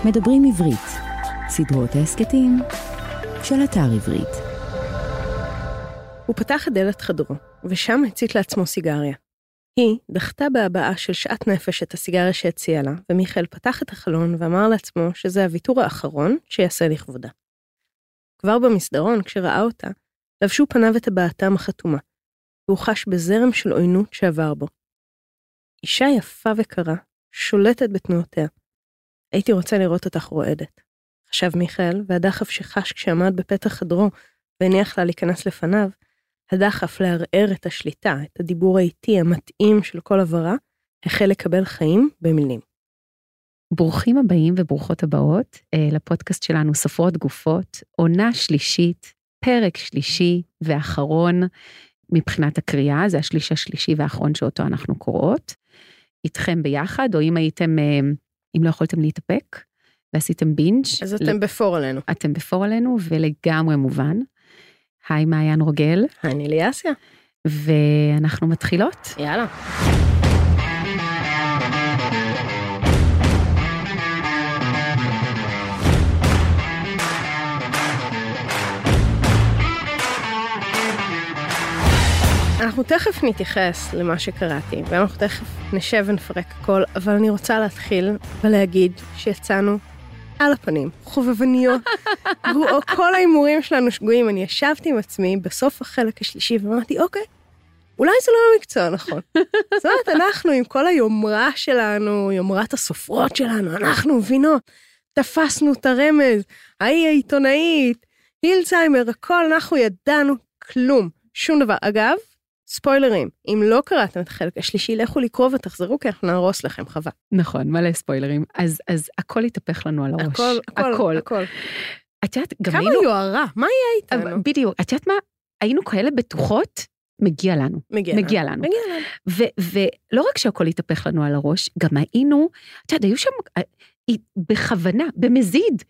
מדברים עברית, סדרות ההסקטים של אתר עברית. הוא פתח את דלת חדרו, ושם הצית לעצמו סיגריה. היא דחתה בהבעה של שאט נפש את הסיגריה שהציעה לה, ומיכאל פתח את החלון ואמר לעצמו שזה הוויתור האחרון שיעשה לכבודה. כבר במסדרון, כשראה אותה, לבשו פניו את הבעתם החתומה, והוא חש בזרם של עוינות שעבר בו. אישה יפה וקרה, שולטת בתנועותיה. הייתי רוצה לראות אותך רועדת. חשב מיכאל, והדחף שחש כשעמד בפתח חדרו, והניח לה להיכנס לפניו, הדחף לערער את השליטה, את הדיבור האיטי המתאים של כל עברה, החל לקבל חיים במילים. ברוכים הבאים וברוכות הבאות לפודקאסט שלנו סופרות גופות, עונה שלישית, פרק שלישי ואחרון מבחינת הקריאה, זה השליש השלישי והאחרון שאותו אנחנו קוראות, איתכם ביחד, או אם לא יכולתם להתאפק, ועשיתם בינג'. אז אתם בפור עלינו. אתם בפור עלינו, ולגמרי מובן. היי מעיין רוגל. היי נילי אסיה. ואנחנו מתחילות. יאללה. אנחנו תכף נתייחס למה שקראתי, ואנחנו תכף נשב ונפרק הכל, אבל אני רוצה להתחיל ולהגיד שיצאנו על הפנים, חובבניות, כל האימורים שלנו שגויים. אני ישבתי עם עצמי בסוף החלק השלישי ואמרתי, אוקיי, אולי זה לא המקצוע נכון. זאת אומרת, אנחנו עם כל היומרה שלנו, יומרת הסופרות שלנו, אנחנו מבינות, תפסנו את הרמז, ההיא העיתונאית, הילצהיימר, הכל, אנחנו ידענו כלום, שום דבר. אגב, ספוילרים, אם לא קראתם את החלק השלישי, לכו לקרוא ותחזרו, כי אנחנו נהרוס לכם חווה. נכון, מלא ספוילרים. אז הכל יתהפך לנו על הראש. הכל. את יודעת, גם כמה יוערה, מה יהיה איתנו? בדיוק, את יודעת מה? היינו כאלה בטוחות, מגיע לנו. מגיע לנו. ולא רק שהכל יתהפך לנו על הראש, גם היינו, את יודעת, היו שם, בכוונה, במזיד,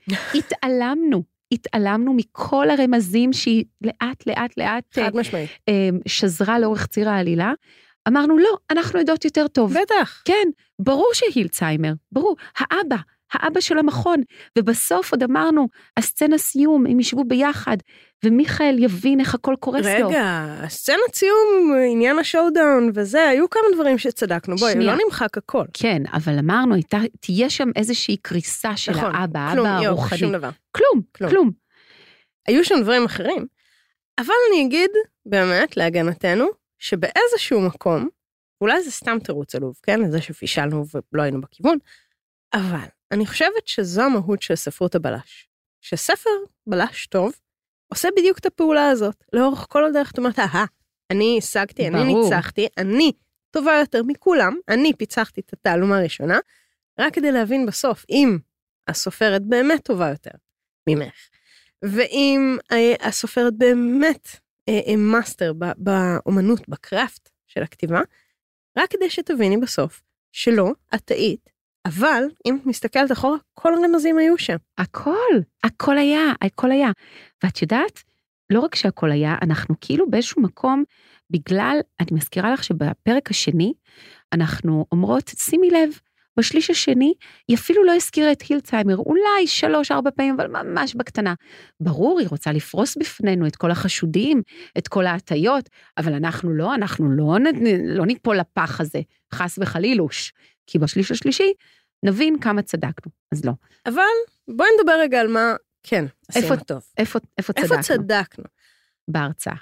התעלמנו מכל הרמזים שהיא לאט שזרה לאורך ציר העלילה. אמרנו, לא, אנחנו יודעות יותר טוב. בטח. כן, ברור שהילצהיימר, ברור, האבא של המכון, ובסוף עוד אמרנו, הסצנה סיום, הם ישבו ביחד, ומיכאל יבין איך הכל קורס לו. רגע, הסצנת סיום, עניין השואודאון, וזה, היו כמה דברים שצדקנו, בואי, לא נמחק הכל. כן, אבל אמרנו, תהיה שם איזושהי קריסה של האבא הרוחני. שום דבר. כלום. היו שם דברים אחרים, אבל אני אגיד, באמת, להגנתנו, שבאיזשהו מקום, אולי זה סתם תירוץ עלוב, כן? לזה שפישלנו ולא היינו בכיוון, אבל אני חושבת שזו המהות של ספרות הבלש. שספר בלש טוב, עושה בדיוק את הפעולה הזאת. לאורך כל הדרך, את אומרת, אני השגתי, אני ניצחתי, אני טובה יותר מכולם, אני פיצחתי את התעלומה הראשונה, רק כדי להבין בסוף, אם הסופרת באמת טובה יותר ממך, ואם הסופרת באמת מאסטר באומנות, בקראפט של הכתיבה, רק כדי שתביני בסוף, שלא, את טעית, אבל אם את מסתכלת אחורה, כל הרמזים היו שם. הכל היה. ואת יודעת, לא רק שהכל היה, אנחנו כאילו באיזשהו מקום, בגלל, אני מזכירה לך שבפרק השני, אנחנו אומרות, שימי לב, בשליש השני, היא אפילו לא הזכירה את הילצהיימר, אולי 3-4 פעמים, אבל ממש בקטנה. ברור, היא רוצה לפרוס בפנינו את כל החשודים, את כל ההטיות, אבל אנחנו לא ניפול לפח הזה, חס וחלילוש, כי בשליש השלישי, נבין כמה צדקנו, אז לא. אבל בואי נדבר רגע על מה, כן, עשינו טוב. איפה צדקנו? בהרצאה.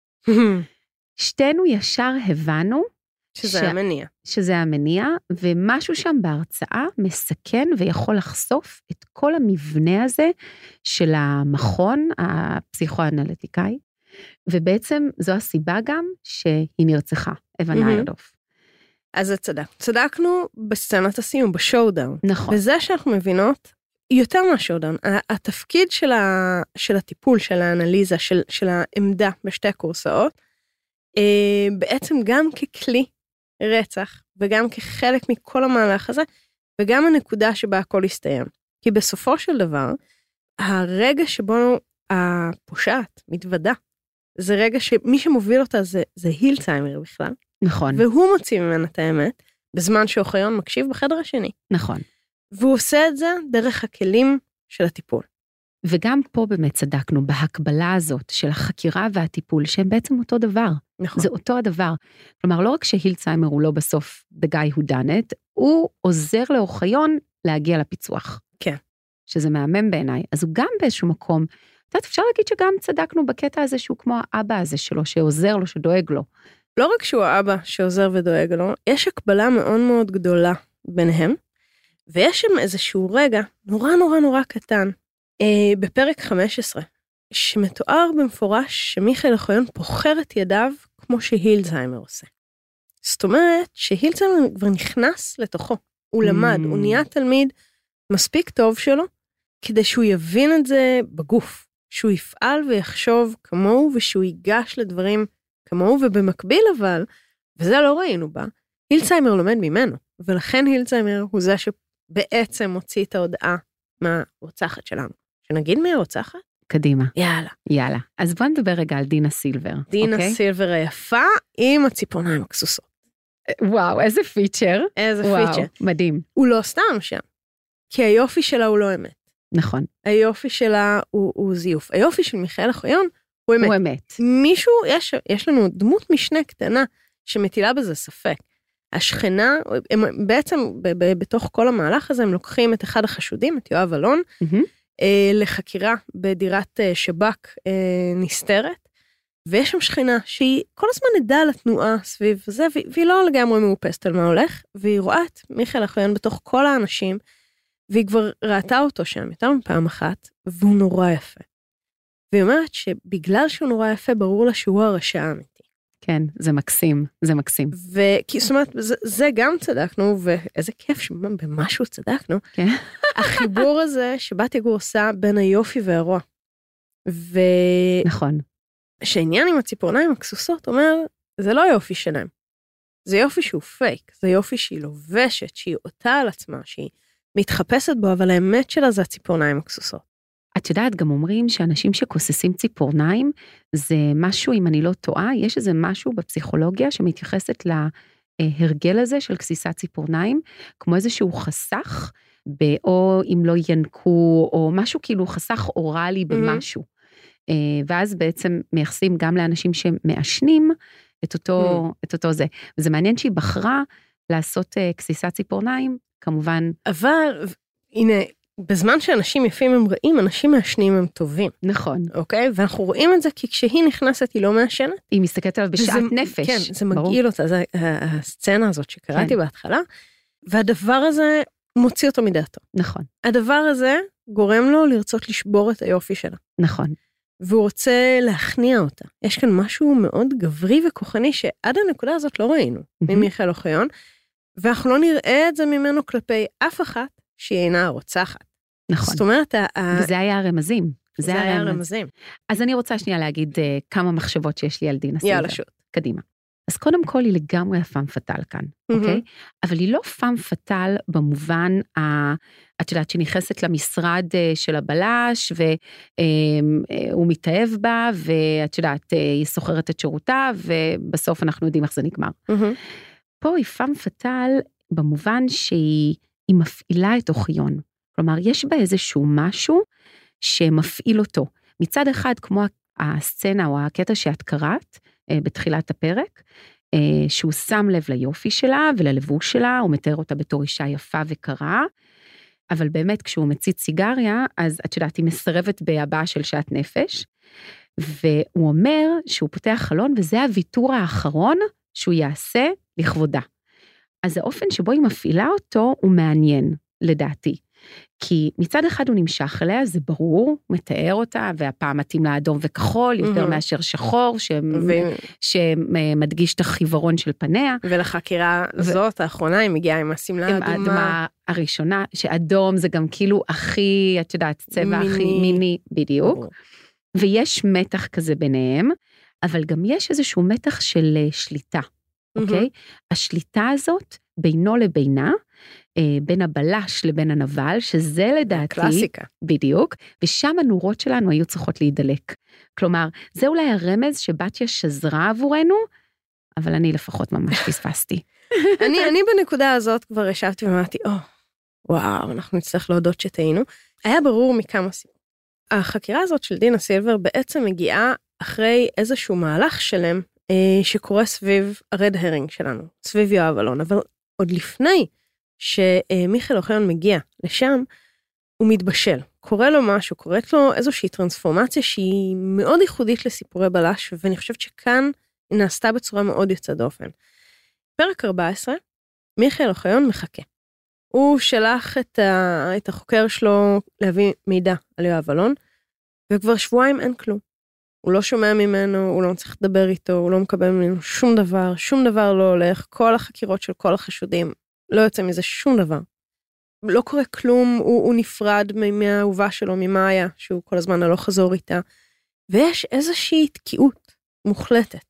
שתינו ישר הבנו, שזה המניע, ומשהו שם בהרצאה מסכן ויכול לחשוף את כל המבנה הזה של המכון הפסיכואנליטיקאי, ובעצם זו הסיבה גם שהיא נרצחה, אבן איירדוף. אז זה צדקנו בסצנת הסיום, בשואודאון. נכון. וזה שאנחנו מבינות יותר מהשואודאון, התפקיד של הטיפול, של האנליזה, של העמדה בשתי הקורסאות, בעצם גם ככלי רצח, וגם כחלק מכל המהלך הזה, וגם הנקודה שבה הכל הסתיים. כי בסופו של דבר, הרגע שבו הפושעת מתוודה, זה רגע שמי שמוביל אותה זה הילצהיימר בכלל. נכון. והוא מוציא ממנה את האמת, בזמן שאוחיון מקשיב בחדר השני. נכון. והוא עושה את זה דרך הכלים של הטיפול. וגם פה באמת צדקנו בהקבלה הזאת של החקירה והטיפול, שהם בעצם אותו דבר. נכון. זה אותו הדבר. כלומר, לא רק שהילצהיימר הוא לא בסוף the guy who done it, הוא עוזר לאוחיון להגיע לפיצוח. כן. שזה מהמם בעיניי. אז הוא גם באיזשהו מקום, אפשר להגיד שגם צדקנו בקטע הזה שהוא כמו האבא הזה שלו, שעוזר לו, שדואג לו. לא רק שהוא האבא שעוזר ודואג לו, יש הקבלה מאוד מאוד גדולה ביניהם, ויש שם איזשהו רגע נורא נורא נורא קטן, בפרק 15, שמתואר במפורש שמיכאל אוחיון פוחר את ידיו כמו שהילצהיימר עושה. זאת אומרת שהילצהיימר כבר נכנס לתוכו, הוא למד, הוא נהיה תלמיד מספיק טוב שלו, כדי שהוא יבין את זה בגוף, שהוא יפעל ויחשוב כמוהו, ושהוא ייגש לדברים כמוהו, ובמקביל אבל, וזה לא ראינו בה, הילצהיימר לומד ממנו, ולכן הילצהיימר הוא זה שבעצם מוציא את ההודעה מהרוצחת שלנו. שנגיד מי הרוצחת? קדימה. יאללה. יאללה. אז בוא נדבר רגע על דינה סילבר. דינה אוקיי? סילבר היפה עם הציפורניים הכסוסות. וואו, איזה פיצ'ר. איזה וואו, פיצ'ר. מדהים. הוא לא סתם שם, כי היופי שלה הוא לא אמת. נכון. היופי שלה הוא זיוף. היופי של מיכאל אוחיון הוא אמת. הוא אמת. מישהו, יש לנו דמות משנה קטנה שמטילה בזה ספק. השכנה, הם בעצם בתוך כל המהלך הזה, הם לוקחים את אחד החשודים, את יואב אלון, לחקירה בדירת שב"כ נסתרת, ויש שם שכנה שהיא כל הזמן עדה לתנועה סביב זה, והיא לא לגמרי מאופסת על מה הולך, והיא רואה את מיכאל אוחיון בתוך כל האנשים, והיא כבר ראתה אותו שם יותר מפעם אחת, והוא נורא יפה. והיא אומרת שבגלל שהוא נורא יפה, ברור לה שהוא הרשע האמיתי. כן, זה מקסים, זה מקסים. זאת אומרת, זה גם צדקנו, ואיזה כיף שבמשהו צדקנו. כן. החיבור הזה שבת יגור עושה בין היופי והרוע. נכון. שהעניין עם הציפורניים הכסוסות אומר, זה לא יופי שלהם. זה יופי שהוא פייק, זה יופי שהיא לובשת, שהיא אותה על עצמה, שהיא מתחפשת בו, אבל האמת שלה זה הציפורניים הכסוסות. את יודעת, גם אומרים שאנשים שכוססים ציפורניים, זה משהו, אם אני לא טועה, יש איזה משהו בפסיכולוגיה שמתייחסת להרגל הזה של כסיסת ציפורניים, כמו איזשהו חסך, או אם לא ינקו, או משהו כאילו חסך אוראלי במשהו. ואז בעצם מייחסים גם לאנשים שמעשנים את אותו זה. וזה מעניין שהיא בחרה לעשות כסיסת ציפורניים, כמובן. אבל, הנה, בזמן שאנשים יפים הם רעים, אנשים מעשנים הם טובים. נכון. אוקיי? ואנחנו רואים את זה כי כשהיא נכנסת היא לא מעשנת. היא מסתכלת עליו בשעת נפש. כן, זה מגעיל אותה, זה הסצנה הזאת שקראתי בהתחלה, והדבר הזה מוציא אותו מדעתו. נכון. הדבר הזה גורם לו לרצות לשבור את היופי שלה. נכון. והוא רוצה להכניע אותה. יש כאן משהו מאוד גברי וכוחני שעד הנקודה הזאת לא ראינו ממיכאל אוחיון, ואנחנו לא נראה את זה ממנו כלפי אף אחת שהיא אינה הרוצחת. נכון. זאת אומרת, וזה היה הרמזים. זה היה הרמזים. אז אני רוצה שנייה להגיד כמה מחשבות שיש לי על דינה סילבר. יאללה שוט. קדימה. אז קודם כל היא לגמרי הפעם פטל כאן, אוקיי? אבל היא לא פעם פטל במובן, את יודעת, שנכנסת למשרד של הבלש, והוא מתאהב בה, ואת יודעת, היא סוחרת את שירותה, ובסוף אנחנו יודעים איך זה נגמר. פה היא פעם פטל במובן שהיא מפעילה את אוחיון. כלומר, יש בה איזשהו משהו שמפעיל אותו. מצד אחד, כמו הסצנה או הקטע שאת קראת, בתחילת הפרק, שהוא שם לב ליופי שלה וללבוש שלה, הוא מתאר אותה בתור אישה יפה וקרה, אבל באמת כשהוא מציץ סיגריה, אז את יודעת, היא מסרבת בהבעה של שעת נפש, והוא אומר שהוא פותח חלון, וזה הוויתור האחרון שהוא יעשה לכבודה. אז האופן שבו היא מפעילה אותו, הוא מעניין, לדעתי. כי מצד אחד הוא נמשך אליה, זה ברור, הוא מתאר אותה, והפעם מתאים לה אדום וכחול, יותר מאשר שחור, שמדגיש את החיוורון של פניה. ולחקירה הזאת, האחרונה, היא מגיעה עם הסמלה האדומה. עם האדומה הראשונה, שאדום זה גם כאילו הכי, את יודעת, צבע הכי מיני, בדיוק. ויש מתח כזה ביניהם, אבל גם יש איזשהו מתח של שליטה, אוקיי? השליטה הזאת, בינו לבינה, בין הבלש לבין הנבל, שזה לדעתי, קלאסיקה. בדיוק, ושם הנורות שלנו היו צריכות להידלק. כלומר, זה אולי הרמז שבתיה שזרה עבורנו, אבל אני לפחות ממש פספסתי. אני בנקודה הזאת כבר ישבתי ואמרתי, וואו, אנחנו נצטרך להודות שטעינו. היה ברור מכמה סיבות. החקירה הזאת של דינה סילבר בעצם מגיעה אחרי איזשהו מהלך שלם שקורה סביב הרד הרינג שלנו, סביב יואב אלון, אבל עוד לפני שמיכאל אוחיון מגיע לשם, הוא מתבשל. קורה לו משהו, קורית לו איזושהי טרנספורמציה שהיא מאוד ייחודית לסיפורי בלש, ואני חושבת שכאן היא נעשתה בצורה מאוד יוצאת דופן. פרק 14, מיכאל אוחיון מחכה. הוא שלח את החוקר שלו להביא מידע על יואב אלון, וכבר שבועיים אין כלום. הוא לא שומע ממנו, הוא לא מצליח לדבר איתו, הוא לא מקבל ממנו שום דבר לא הולך, כל החקירות של כל החשודים, לא יוצא מזה שום דבר. לא קורה כלום, הוא נפרד מהאהובה שלו, ממאיה, שהוא כל הזמן לא חזור איתה, ויש איזושהי תקיעות מוחלטת.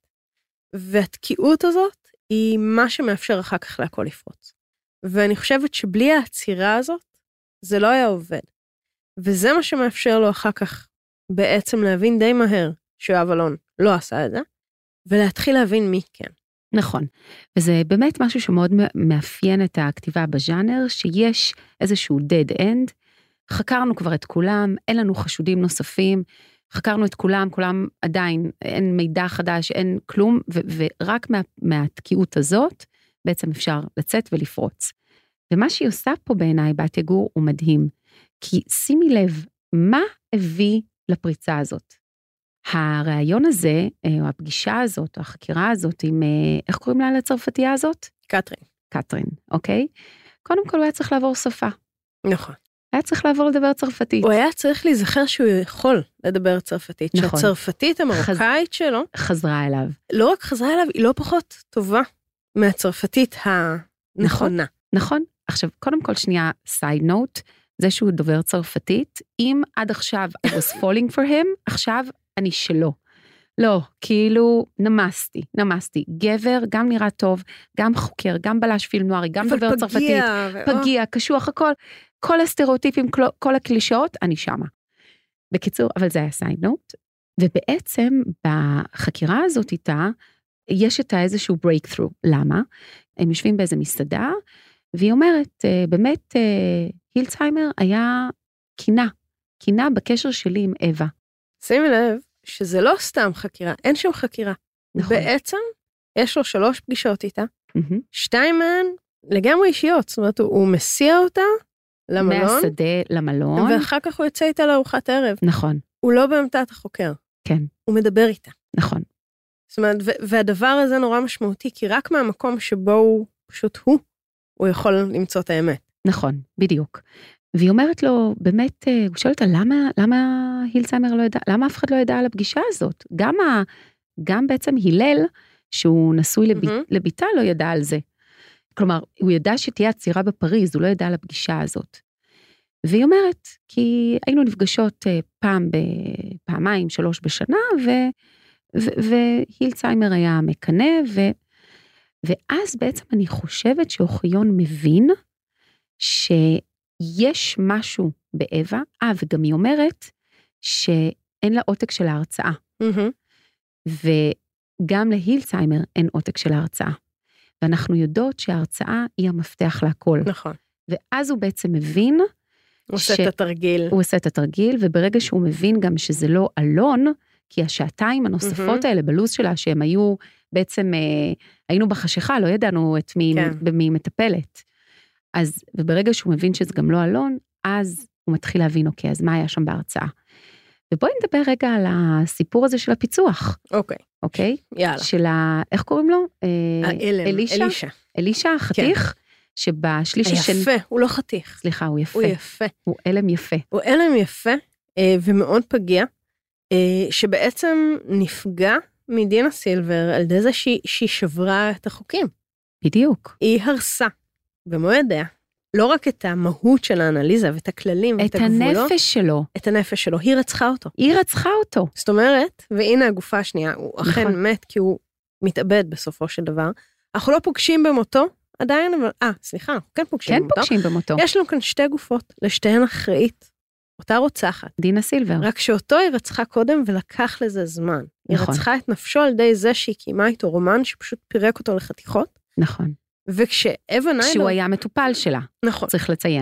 והתקיעות הזאת היא מה שמאפשר אחר כך להכל לפרוץ. ואני חושבת שבלי העצירה הזאת, זה לא היה עובד. וזה מה שמאפשר לו אחר כך בעצם להבין די מהר שיואב אלון לא עשה את זה, ולהתחיל להבין מי כן. נכון, וזה באמת משהו שמאוד מאפיין את הכתיבה בז'אנר, שיש איזשהו dead end, חקרנו כבר את כולם, אין לנו חשודים נוספים, חקרנו את כולם עדיין, אין מידע חדש, אין כלום, ורק מהתקיעות הזאת, בעצם אפשר לצאת ולפרוץ. ומה שהיא עושה פה בעיניי, בתיה גור, הוא מדהים, כי שימי לב, מה הביא לפריצה הזאת? הרעיון הזה, או הפגישה הזאת, או החקירה הזאת, עם, איך קוראים לה לצרפתייה הזאת? קטרין, אוקיי? קודם כל הוא היה צריך לעבור שפה. נכון. היה צריך לעבור לדבר צרפתית. הוא היה צריך להיזכר שהוא יכול לדבר צרפתית. נכון. שהצרפתית המרוקאית שלו, חזרה אליו. לא רק חזרה אליו, היא לא פחות טובה מהצרפתית הנכונה. נכון. עכשיו, קודם כל שנייה, side note, זה שהוא דובר צרפתית, אם עד עכשיו I was falling for him, עכשיו אני שלו. לא, כאילו נמסתי. גבר, גם נראה טוב, גם חוקר, גם בלש פילם נוערי, גם דובר צרפתית, פגיע, קשוח, הכל, כל הסטריאוטיפים, כל הקלישאות, אני שמה. בקיצור, אבל זה היה side note, ובעצם בחקירה הזאת איתה, יש איתה איזשהו breakthrough. למה? הם יושבים באיזה מסעדה, והיא אומרת, באמת, הילצהיימר היה קינה בקשר שלי עם אווה. שימי לב שזה לא סתם חקירה, אין שום חקירה. נכון. בעצם יש לו 3 פגישות איתה, 2 מהן לגמרי אישיות, זאת אומרת, הוא מסיע אותה למלון, מהשדה למלון, ואחר כך הוא יוצא איתה לארוחת ערב. נכון. הוא לא בעמדת החוקר. כן. הוא מדבר איתה. נכון. זאת אומרת, והדבר הזה נורא משמעותי, כי רק מהמקום שבו הוא פשוט הוא יכול למצוא את האמת. נכון, בדיוק. והיא אומרת לו, באמת, הוא שואל אותה, למה הילצהיימר לא ידע, למה אף אחד לא ידע על הפגישה הזאת? גם בעצם הלל, שהוא נשוי לביתה, לא ידע על זה. כלומר, הוא ידע שתהיה עצירה בפריז, הוא לא ידע על הפגישה הזאת. והיא אומרת, כי היינו נפגשות פעמיים, 3 בשנה, והילצהיימר היה מקנה, ואז בעצם אני חושבת שאוחיון מבין, שיש משהו באווה, וגם היא אומרת, שאין לה עותק של ההרצאה. וגם להילצהיימר אין עותק של ההרצאה. ואנחנו יודעות שההרצאה היא המפתח להכל. נכון. ואז הוא בעצם מבין, הוא עושה את התרגיל. הוא עושה את התרגיל, וברגע שהוא מבין גם שזה לא אלון, כי השעתיים הנוספות האלה בלוז שלה, שהם היו בעצם, היינו בחשיכה, לא ידענו את במי מטפלת. אז, וברגע שהוא מבין שזה גם לא אלון, אז הוא מתחיל להבין, אוקיי, אז מה היה שם בהרצאה? ובואי נדבר רגע על הסיפור הזה של הפיצוח. אוקיי? יאללה. של איך קוראים לו? אלישע, חתיך, שבשליש השני... היפה, הוא לא חתיך. סליחה, הוא יפה. הוא יפה. הוא אלם יפה. הוא אלם יפה, ומאוד פגיע, שבעצם נפגע מדינה סילבר, על ידי זה שהיא שברה את החוקים. בדיוק. היא הרסה, במו ידיה, לא רק את המהות של האנליזה, ואת הכללים, ואת הגבולות. את הנפש שלו. את הנפש שלו, היא רצחה אותו. היא רצחה אותו. זאת אומרת, והנה הגופה השנייה, הוא אכן מת, כי הוא מתאבד בסופו של דבר. אנחנו לא פוגשים במותו, עדיין, אבל, סליחה, אנחנו כן פוגשים במותו. כן פוגשים במותו. יש לנו כאן 2 גופות, לשתיהן אחראית, אותה רוצחת. דינה סילבר. רק שאותו היא רצחה קודם, ולקח לזה זמן. היא רצחה את נפשו על די זה שהיא קיימה איתו רומן, שפשוט פירק אותו לחתיכות. נכון. וכשאווה ניילור... כשהוא היה מטופל שלה. נכון. צריך לציין.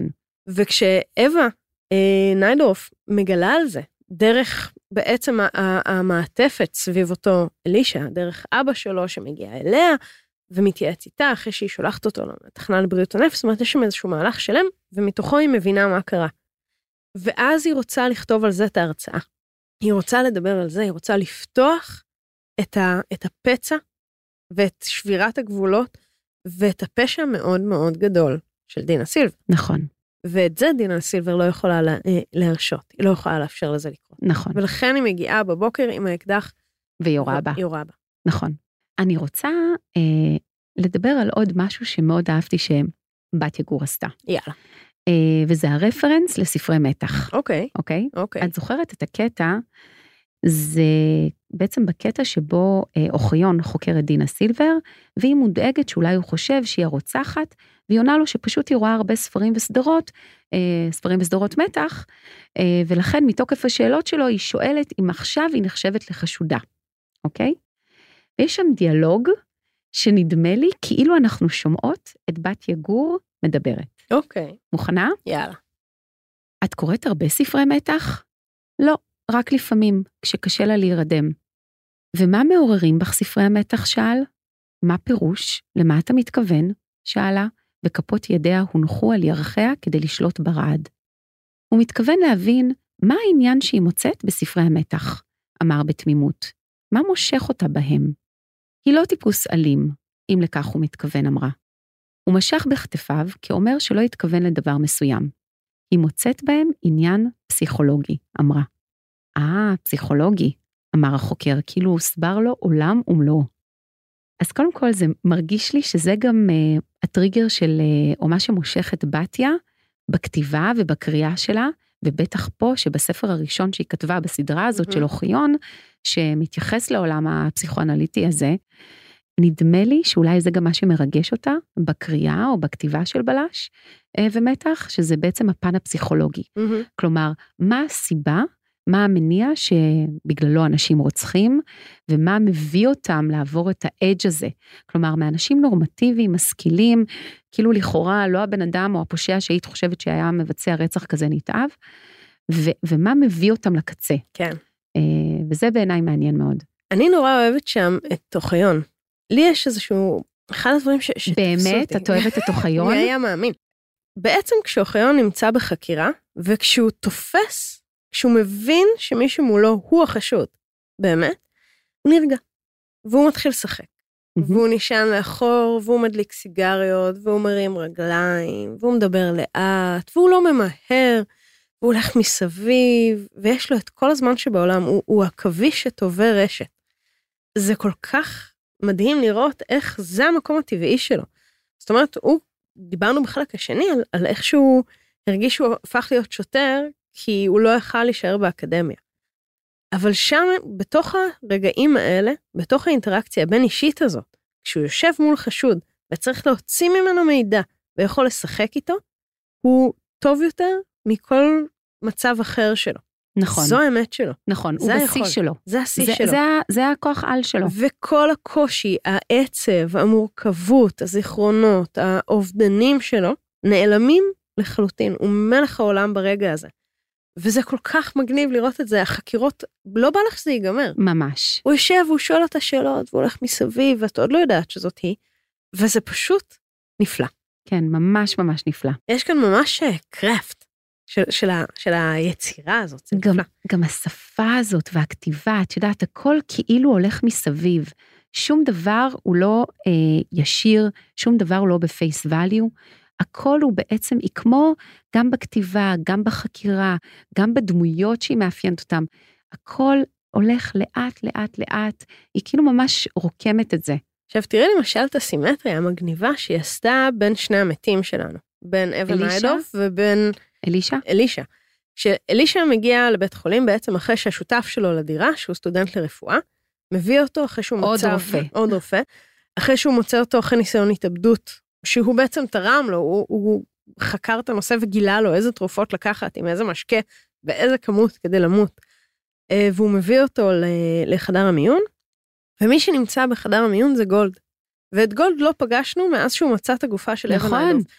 וכשאווה ניידורף מגלה על זה, דרך בעצם המעטפת סביב אותו אלישה, דרך אבא שלו שמגיע אליה, ומתייעץ איתה אחרי שהיא שולחת אותו לתחנה לבריאות הנפש, זאת אומרת, יש שם איזשהו מהלך שלם, ומתוכו היא מבינה מה קרה. ואז היא רוצה לכתוב על זה את ההרצאה. היא רוצה לדבר על זה, היא רוצה לפתוח את הפצע, ואת שבירת הגבולות, ואת הפשע מאוד מאוד גדול של דינה סילבר. נכון. ואת זה דינה סילבר לא יכולה להרשות, היא לא יכולה לאפשר לזה לקרות. נכון. ולכן היא מגיעה בבוקר עם האקדח. ויורה בה. יורה בה. נכון. אני רוצה לדבר על עוד משהו שמאוד אהבתי שבתיה גור עשתה. יאללה. וזה הרפרנס לספרי מתח. אוקיי. אוקיי? אוקיי. את זוכרת את הקטע, זה בעצם בקטע שבו אוחיון חוקר את דינה סילבר, והיא מודאגת שאולי הוא חושב שהיא הרוצחת, והיא עונה לו שפשוט היא רואה הרבה ספרים וסדרות מתח, ולכן מתוקף השאלות שלו היא שואלת אם עכשיו היא נחשבת לחשודה. אוקיי? ויש שם דיאלוג שנדמה לי כאילו אנחנו שומעות את בתיה גור מדברת. אוקיי. מוכנה? יאללה. את קוראת הרבה ספרי מתח? לא, רק לפעמים, כשקשה לה להירדם. ומה מעוררים בך ספרי המתח? שאל. מה פירוש? למה אתה מתכוון? שאלה, וכפות ידיה הונחו על ירחיה כדי לשלוט ברעד. הוא מתכוון להבין מה העניין שהיא מוצאת בספרי המתח, אמר בתמימות. מה מושך אותה בהם? היא לא טיפוס אלים, אם לכך הוא מתכוון, אמרה. הוא משך בכתפיו כאומר שלא התכוון לדבר מסוים. היא מוצאת בהם עניין פסיכולוגי, אמרה. פסיכולוגי, אמר החוקר, כאילו הוא סבר לו עולם ומלואו. אז קודם כל זה מרגיש לי שזה גם הטריגר של, או מה שמושך את בתיה, בכתיבה ובקריאה שלה, ובטח פה שבספר הראשון שהיא כתבה בסדרה הזאת של אוחיון, שמתייחס לעולם הפסיכואנליטי הזה, נדמה לי שאולי זה גם מה שמרגש אותה, בקריאה או בכתיבה של בלש ומתח, שזה בעצם הפן הפסיכולוגי. כלומר, מה הסיבה, מה המניע שבגללו אנשים רוצחים, ומה מביא אותם לעבור את האדג' הזה. כלומר, מאנשים נורמטיביים, משכילים, כאילו לכאורה לא הבן אדם או הפושע שהיית חושבת שהיה מבצע רצח כזה נתעב, ומה מביא אותם לקצה. כן. וזה בעיניי מעניין מאוד. אני נורא אוהבת שם את אוחיון. לי יש איזשהו, אחד הדברים באמת? את אוהבת את אוחיון? מי היה מאמין. בעצם כשאוחיון נמצא בחקירה, וכשהוא תופס, כשהוא מבין שמישהו מולו הוא החשוד, באמת, הוא נרגע. והוא מתחיל לשחק. והוא נשען לאחור, והוא מדליק סיגריות, והוא מרים רגליים, והוא מדבר לאט, והוא לא ממהר, והוא הולך מסביב, ויש לו את כל הזמן שבעולם, הוא עכביש שטובר רשת. זה כל כך מדהים לראות איך זה המקום הטבעי שלו. זאת אומרת, דיברנו בחלק השני על איך שהוא הרגיש שהוא הפך להיות שוטר, כי הוא לא יכל להישאר באקדמיה. אבל שם, בתוך הרגעים האלה, בתוך האינטראקציה הבין אישית הזאת, כשהוא יושב מול חשוד, וצריך להוציא ממנו מידע, ויכול לשחק איתו, הוא טוב יותר מכל מצב אחר שלו. נכון. זו האמת שלו. נכון, הוא בשיא שלו. זה השיא שלו. זה הכוח על שלו. וכל הקושי, העצב, המורכבות, הזיכרונות, האובדנים שלו, נעלמים לחלוטין. הוא מלך העולם ברגע הזה. וזה כל כך מגניב לראות את זה. החקירות, לא בא לך שזה ייגמר. ממש. הוא יושב, הוא שואל את השאלות, והוא הולך מסביב, ואת עוד לא יודעת שזאת היא. וזה פשוט נפלא. כן, ממש ממש נפלא. יש כאן ממש קראפט. של היצירה הזאת. גם השפה הזאת והכתיבה, את יודעת, הכל כאילו הולך מסביב. שום דבר הוא לא ישיר, שום דבר הוא לא בפייס ואליו. הכל הוא בעצם, היא כמו גם בכתיבה, גם בחקירה, גם בדמויות שהיא מאפיינת אותם. הכל הולך לאט, לאט, לאט. היא כאילו ממש רוקמת את זה. עכשיו תראי למשל את הסימטריה המגניבה שהיא עשתה בין שני המתים שלנו. בין אווה ניידורף ובין אלישה. כשאלישה מגיע לבית חולים בעצם אחרי שהשותף שלו לדירה, שהוא סטודנט לרפואה, מביא אותו אחרי שהוא מוצא... עוד רופא. אחרי שהוא מוצא אותו אחרי ניסיון התאבדות, שהוא בעצם תרם לו, הוא חקר את הנושא וגילה לו איזה תרופות לקחת, עם איזה משקה, באיזה כמות כדי למות. והוא מביא אותו לחדר המיון, ומי שנמצא בחדר המיון זה גולד. ואת גולד לא פגשנו מאז שהוא מצא את הגופה של אווה ניידורף.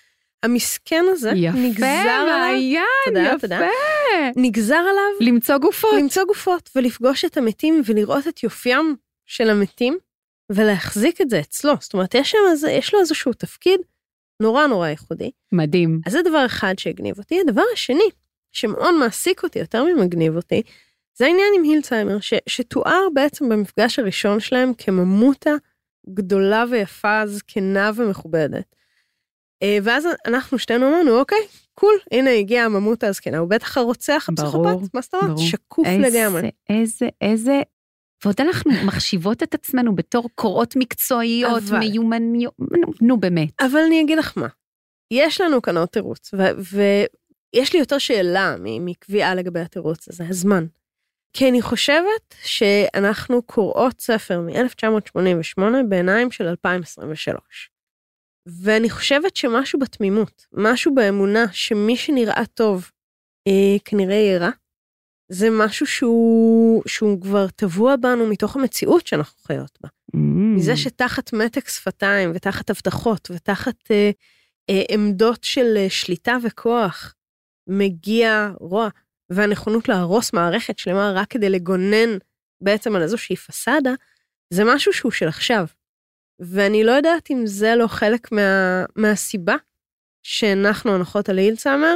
המסכן הזה נגזר עליו, יפה, נגזר עליו למצוא גופות ולפגוש את המתים ולראות את יופיים של המתים ולהחזיק את זה אצלו. זאת אומרת, יש לו איזשהו תפקיד נורא נורא ייחודי. מדהים. אז זה דבר אחד שהגניב אותי. הדבר השני, שמאוד מעסיק אותי, יותר ממגניב אותי, זה העניין עם הילצהיימר, שתואר בעצם במפגש הראשון שלהם כממותה גדולה ויפה, זקנה ומכובדת. ואז אנחנו שתינו אמרנו, אוקיי, קול, הנה הגיעה הממותה הזקנה, הוא בטח הרוצח הפסיכופת, מה זאת אומרת? שקוף לגמרי. איזה, ועוד אנחנו מחשיבות את עצמנו בתור קוראות מקצועיות, מיומניות, נו באמת. אבל אני אגיד לך מה, יש לנו כאן עוד תירוץ, ויש לי יותר שאלה מקביעה לגבי התירוץ הזה, הזמן. כי אני חושבת שאנחנו קוראות ספר מ-1988 בעיניים של 2023. ואני חושבת שמשהו בתמימות, משהו באמונה שמי שנראה טוב כנראה יראה, זה משהו שהוא כבר טבוע בנו מתוך המציאות שאנחנו חיות בה. מזה שתחת מתק שפתיים ותחת הבטחות ותחת עמדות של שליטה וכוח מגיע רוע, והנכונות להרוס מערכת שלמה רק כדי לגונן בעצם על איזושהי פסדה, זה משהו שהוא של עכשיו. ואני לא יודעת אם זה לא חלק מהסיבה שאנחנו הנחות על הילצהיימר,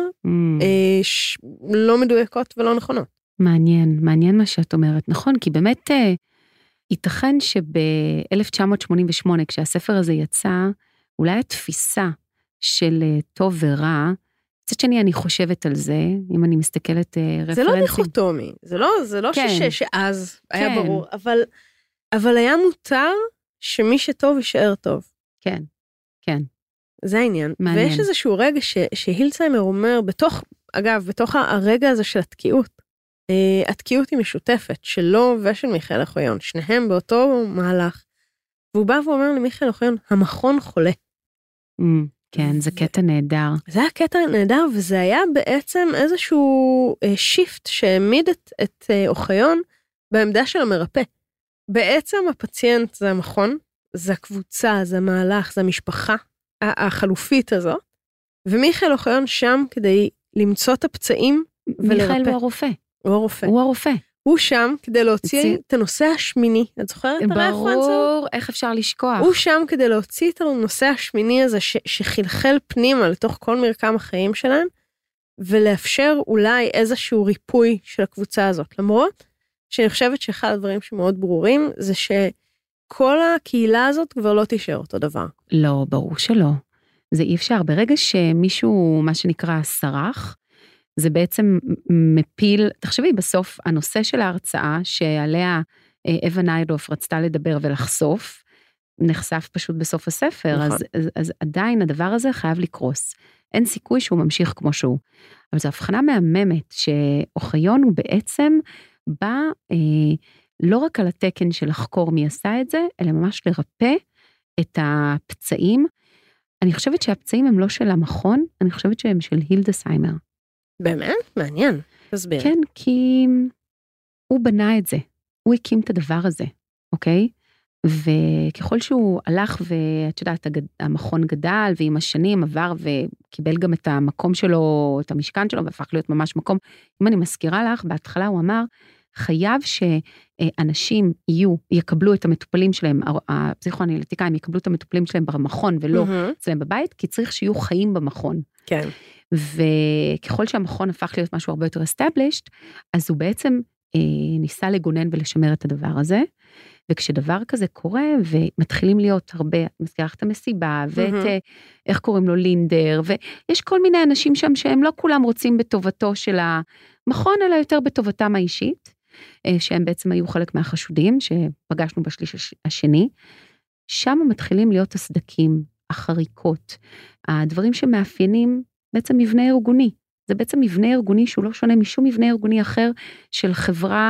לא מדויקות ולא נכונות. מעניין מה שאת אומרת. נכון, כי באמת ייתכן שב-1988, כשהספר הזה יצא, אולי התפיסה של טוב ורע, קצת שני אני חושבת על זה, אם אני מסתכלת רפרנסים. זה לא דיכוטומי, זה לא כן. שאז היה כן. ברור, אבל היה מותר שמי שטוב יישאר טוב. כן, כן. זה העניין. מעניין. ויש איזשהו רגע שהילצהיימר אומר, בתוך הרגע הזה של התקיעות, התקיעות היא משותפת, שלו ושל מיכאל אוחיון, שניהם באותו מהלך, והוא בא ואומר למיכאל אוחיון, המכון חולה. כן, זה קטע נהדר. זה היה קטע נהדר, וזה היה בעצם איזשהו שיפט שהעמיד את אוחיון בעמדה של המרפא. בעצם הפציינט זה המכון, זה הקבוצה, זה המהלך, זה המשפחה החלופית הזאת, ומיכאל אוחיון שם כדי למצוא את הפצעים ולרפא. מיכאל הוא הרופא. הוא הרופא. הוא שם כדי להוציא את הנושא השמיני. את זוכרת את הרפרנס? ברור, איך אפשר לשכוח? הוא שם כדי להוציא את הנושא השמיני הזה שחלחל פנימה לתוך כל מרקם החיים שלהם, ולאפשר אולי איזשהו ריפוי של הקבוצה הזאת. למרות שאני חושבת שאחד הדברים שמאוד ברורים, זה שכל הקהילה הזאת כבר לא תישאר אותו דבר. לא, ברור שלא. זה אי אפשר. ברגע שמישהו, מה שנקרא, סרח, זה בעצם מפיל, תחשבי בסוף, הנושא של ההרצאה שעליה אווה ניידוף רצתה לדבר ולחשוף, נחשף פשוט בסוף הספר, נכון. אז עדיין הדבר הזה חייב לקרוס. אין סיכוי שהוא ממשיך כמו שהוא. אבל זו הבחנה מהממת, שאוחיון הוא בעצם בא לא רק על התקן של לחקור מי עשה את זה, אלא ממש לרפא את הפצעים. אני חושבת שהפצעים הם לא של המכון, אני חושבת שהם של הילדהיימר. באמת? מעניין. תסביר. כן, כי הוא בנה את זה. הוא הקים את הדבר הזה, אוקיי? וככל שהוא הלך ואת יודעת, המכון גדל, ועם השנים עבר וקיבל גם את המקום שלו, את המשכן שלו, והפך להיות ממש מקום. אם אני מזכירה לך, בהתחלה הוא אמר, חייב שאנשים יקבלו את המטופלים שלהם, הפסיכואנליטיקאים יקבלו את המטופלים שלהם במכון, ולא אצלם בבית, כי צריך שיהיו חיים במכון. כן. וככל שהמכון הפך להיות משהו הרבה יותר established, אז הוא בעצם ניסה לגונן ולשמר את הדבר הזה, וכשדבר כזה קורה, ומתחילים להיות הרבה, מזכירה את המסיבה, ואת, איך קוראים לו, לינדר, ויש כל מיני אנשים שם, שהם לא כולם רוצים בטובתו של המכון, אלא יותר בטובתם האישית, שהם בעצם היו חלק מהחשודים, שפגשנו בשליש השני, שם מתחילים להיות הסדקים, החריקות, הדברים שמאפיינים בעצם מבנה ארגוני, זה בעצם מבנה ארגוני שהוא לא שונה משום מבנה ארגוני אחר של חברה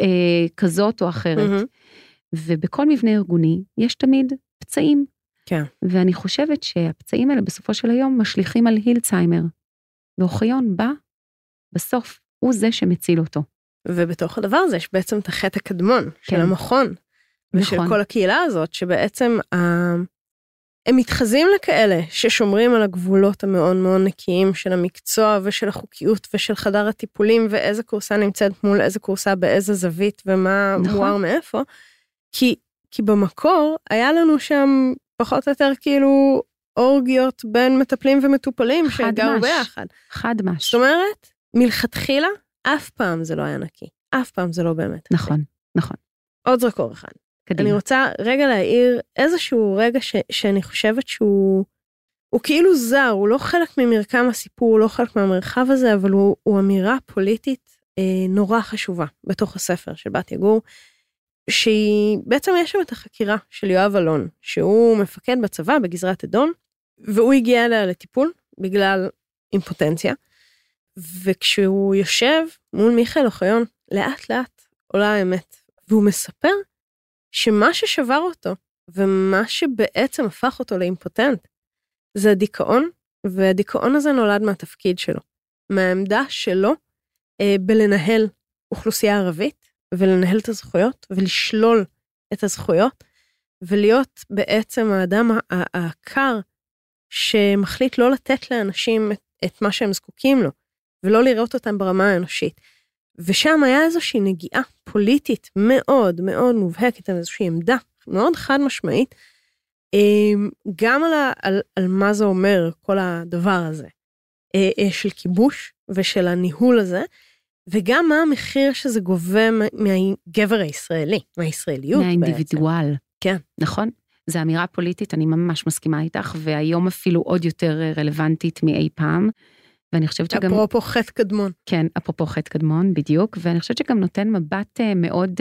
כזאת או אחרת. ובכל מבנה ארגוני יש תמיד פצעים. כן. ואני חושבת שהפצעים האלה בסופו של היום משליכים על הילדהיימר. ואוחיון בא בסוף, הוא זה שמציל אותו. ובתוך הדבר הזה יש בעצם את החטא הקדמון של המכון. ושל כל הקהילה הזאת, שבעצם הם מתחזים לכאלה ששומרים על הגבולות המאוד מאוד נקיים של המקצוע ושל החוקיות ושל חדר הטיפולים ואיזה קורסה נמצאת מול איזה קורסה באיזה זווית ומה מואר מאיפה. כי במקור היה לנו שם פחות או יותר כאילו אורגיות בין מטפלים ומטופלים שגרו ביחד. חד מש. זאת אומרת, מלכתחילה אף פעם זה לא היה נקי. אף פעם זה לא באמת. נכון, נכון. עוד זרקור אחד. אני רוצה רגע להעיר איזשהו רגע שאני חושבת שהוא כאילו זר, הוא לא חלק ממרקם הסיפור, הוא לא חלק מהמרחב הזה, אבל הוא אמירה פוליטית נורא חשובה בתוך הספר של בת יגור, שהיא בעצם יש שם את החקירה של יואב אלון, שהוא מפקד בצבא בגזרת עדון, והוא הגיע אליה לטיפול בגלל אימפוטנציה, וכשהוא יושב מול מיכאל אוחיון, לאט לאט עולה האמת, והוא מספר שמה ששבר אותו, ומה שבעצם הפך אותו לאימפוטנט, זה הדיכאון, והדיכאון הזה נולד מהתפקיד שלו, מהעמדה שלו בלנהל אוכלוסייה ערבית, ולנהל את הזכויות, ולשלול את הזכויות, ולהיות בעצם האדם העקר, שמחליט לא לתת לאנשים את מה שהם זקוקים לו, ולא לראות אותם ברמה האנושית. ושם היה איזושהי נגיעה פוליטית מאוד מאוד מובהקת, איזושהי עמדה מאוד חד משמעית, גם על מה זה אומר כל הדבר הזה, של כיבוש ושל הניהול הזה, וגם מה המחיר שזה גובה מהגבר הישראלי, מהישראליות בעצם. מהאינדיבידואל. כן. נכון? זו אמירה פוליטית, אני ממש מסכימה איתך, והיום אפילו עוד יותר רלוונטית מאי פעם, ואני חושבת שגם... אפרופו חטא קדמון. כן, אפרופו חטא קדמון, בדיוק, ואני חושבת שגם נותן מבט מאוד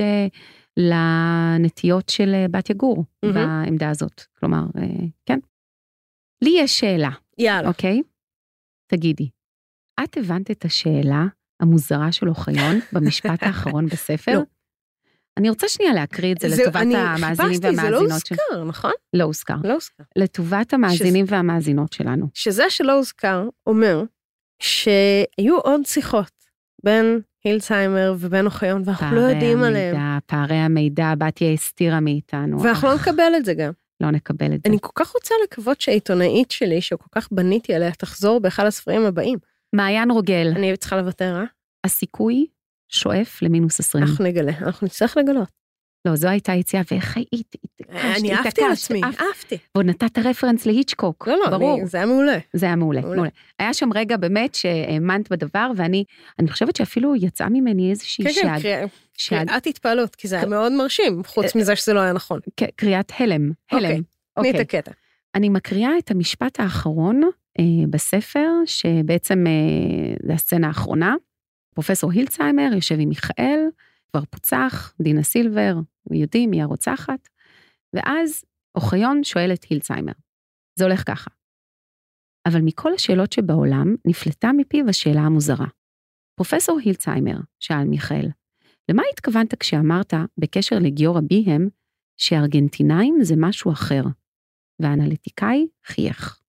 לנטיות של בת יגור, בעמדה הזאת. כלומר, כן. לי יש שאלה. יאללה. אוקיי? תגידי, את הבנת את השאלה המוזרה של אוחיון במשפט האחרון בספר? לא. אני רוצה שנייה להקריא את זה לטובת המאזינים והמאזינות. זה לא הוזכר, נכון? לא הוזכר. לא הוזכר. לטובת המאזינים והמאזינות שלנו. שזה שלא הוזכר אומר שהיו עוד שיחות בין הילצהיימר ובין אוחיון, ואנחנו לא יודעים עליהם. פערי המידע, בתיה הסתירה מאיתנו. ואנחנו לא נקבל את זה גם. לא נקבל את זה. אני כל כך רוצה לקוות שהעיתונאית שלי, שכל כך בניתי עליה, תחזור באחד הספרים הבאים. מעיין רוגל. אני צריכה לוותר, הסיכוי שואף למינוס 20. אנחנו נגלה, אנחנו נצטרך לגלות. לא, זו הייתה יציאה, ואיך היית? אני אהבתי על עצמי, אהבתי. ועוד נתת רפרנס להיצ'קוק. לא, ברור. זה היה מעולה. זה היה מעולה. היה שם רגע באמת שהאמנת בדבר, ואני חושבת שאפילו יצאה ממני איזושהי קריאת התפעלות, כי זה היה מאוד מרשים, חוץ מזה שזה לא היה נכון. קריאת הלם. אוקיי, תני את הקטע. אני מקריאה את המשפט האחרון בספר, שבעצם זה הסצנה האחרונה, פרופסור הילצהיימר יושב עם מיכאל, כבר פוצח, דינה סילבר, יודעים מי הרוצחת, ואז אוחיון שואל את הילצהיימר. זה הולך ככה. אבל מכל השאלות שבעולם, נפלטה מפיו השאלה המוזרה. פרופסור הילצהיימר, שאל מיכאל, למה התכוונת כשאמרת, בקשר לגיורא ביהם, שארגנטינאים זה משהו אחר? והאנליטיקאי חייך.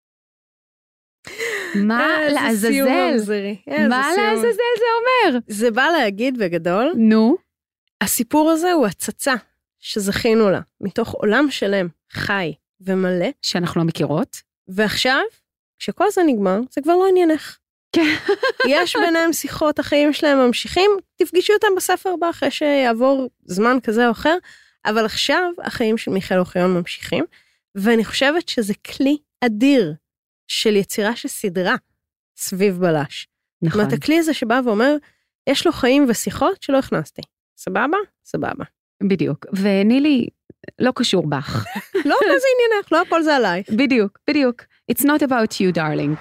מה לעזאזל? מה לעזאזל זה אומר? זה בא להגיד בגדול, נו, הסיפור הזה הוא הצצה שזכינו לה, מתוך עולם שלם, חי ומלא. שאנחנו לא מכירות. ועכשיו, כשכל זה נגמר, זה כבר לא עניינך. כן. יש ביניהם שיחות, החיים שלהם ממשיכים, תפגישו אותם בספר הבא אחרי שיעבור זמן כזה או אחר, אבל עכשיו החיים של מיכאל אוחיון ממשיכים, ואני חושבת שזה כלי אדיר של יצירה שסדרה סביב בלש. נכון. זאת אומרת, הכלי הזה שבא ואומר, יש לו חיים ושיחות שלא הכנסתי. סבבה? סבבה. בדיוק. ונילי, לא קשור בך. לא, מה זה עניינך? לא הכל זה עליי. בדיוק, בדיוק. It's not about you, darling.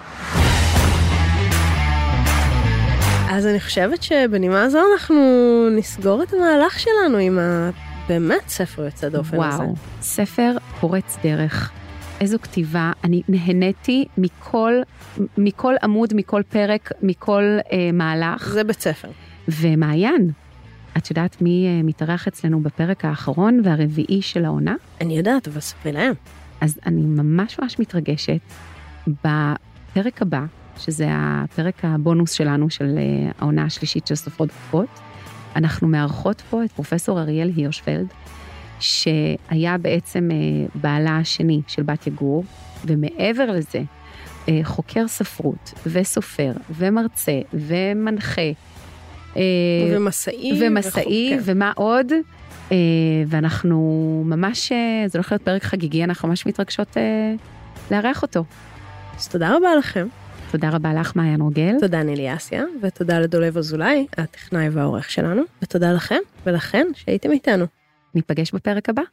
אז אני חושבת שבנימה הזו אנחנו נסגור את המהלך שלנו עם באמת ספר יוצא דופן הזה. וואו, ספר פורץ דרך. איזו כתיבה, אני נהניתי מכל עמוד, מכל פרק, מכל מהלך. זה בית ספר. ומעיין, את יודעת מי מתארח אצלנו בפרק האחרון והרביעי של העונה? אני יודעת, אבל ספרי להם. אז אני ממש ממש מתרגשת בפרק הבא, שזה הפרק הבונוס שלנו, של העונה השלישית של סופרות גופות. אנחנו מארחות פה את פרופסור אריאל הירשפלד, שהיה בעצם בעלה השני של בת יגור, ומעבר לזה, חוקר ספרות וסופר ומרצה ומנחה. ומסעי. ומה עוד? ואנחנו ממש, זה הולך להיות פרק חגיגי, אנחנו ממש מתרגשות לארח אותו. אז תודה רבה לכם. תודה רבה לך, מעיין רוגל. תודה נילי אסיה, ותודה לדולב אזולאי, הטכנאי והעורך שלנו, ותודה לכם ולכן שהייתם איתנו. ניפגש בפרק הבא.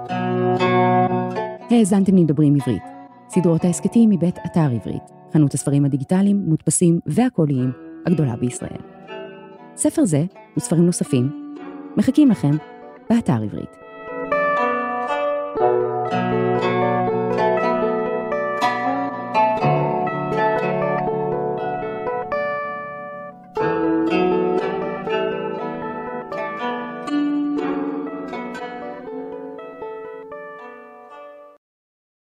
האזנתם לדברים עברית. סדרות ההסכתים מבית אתר עברית, חנות הספרים הדיגיטליים, מודפסים והקוליים הגדולה בישראל. ספר זה וספרים נוספים מחכים לכם באתר עברית.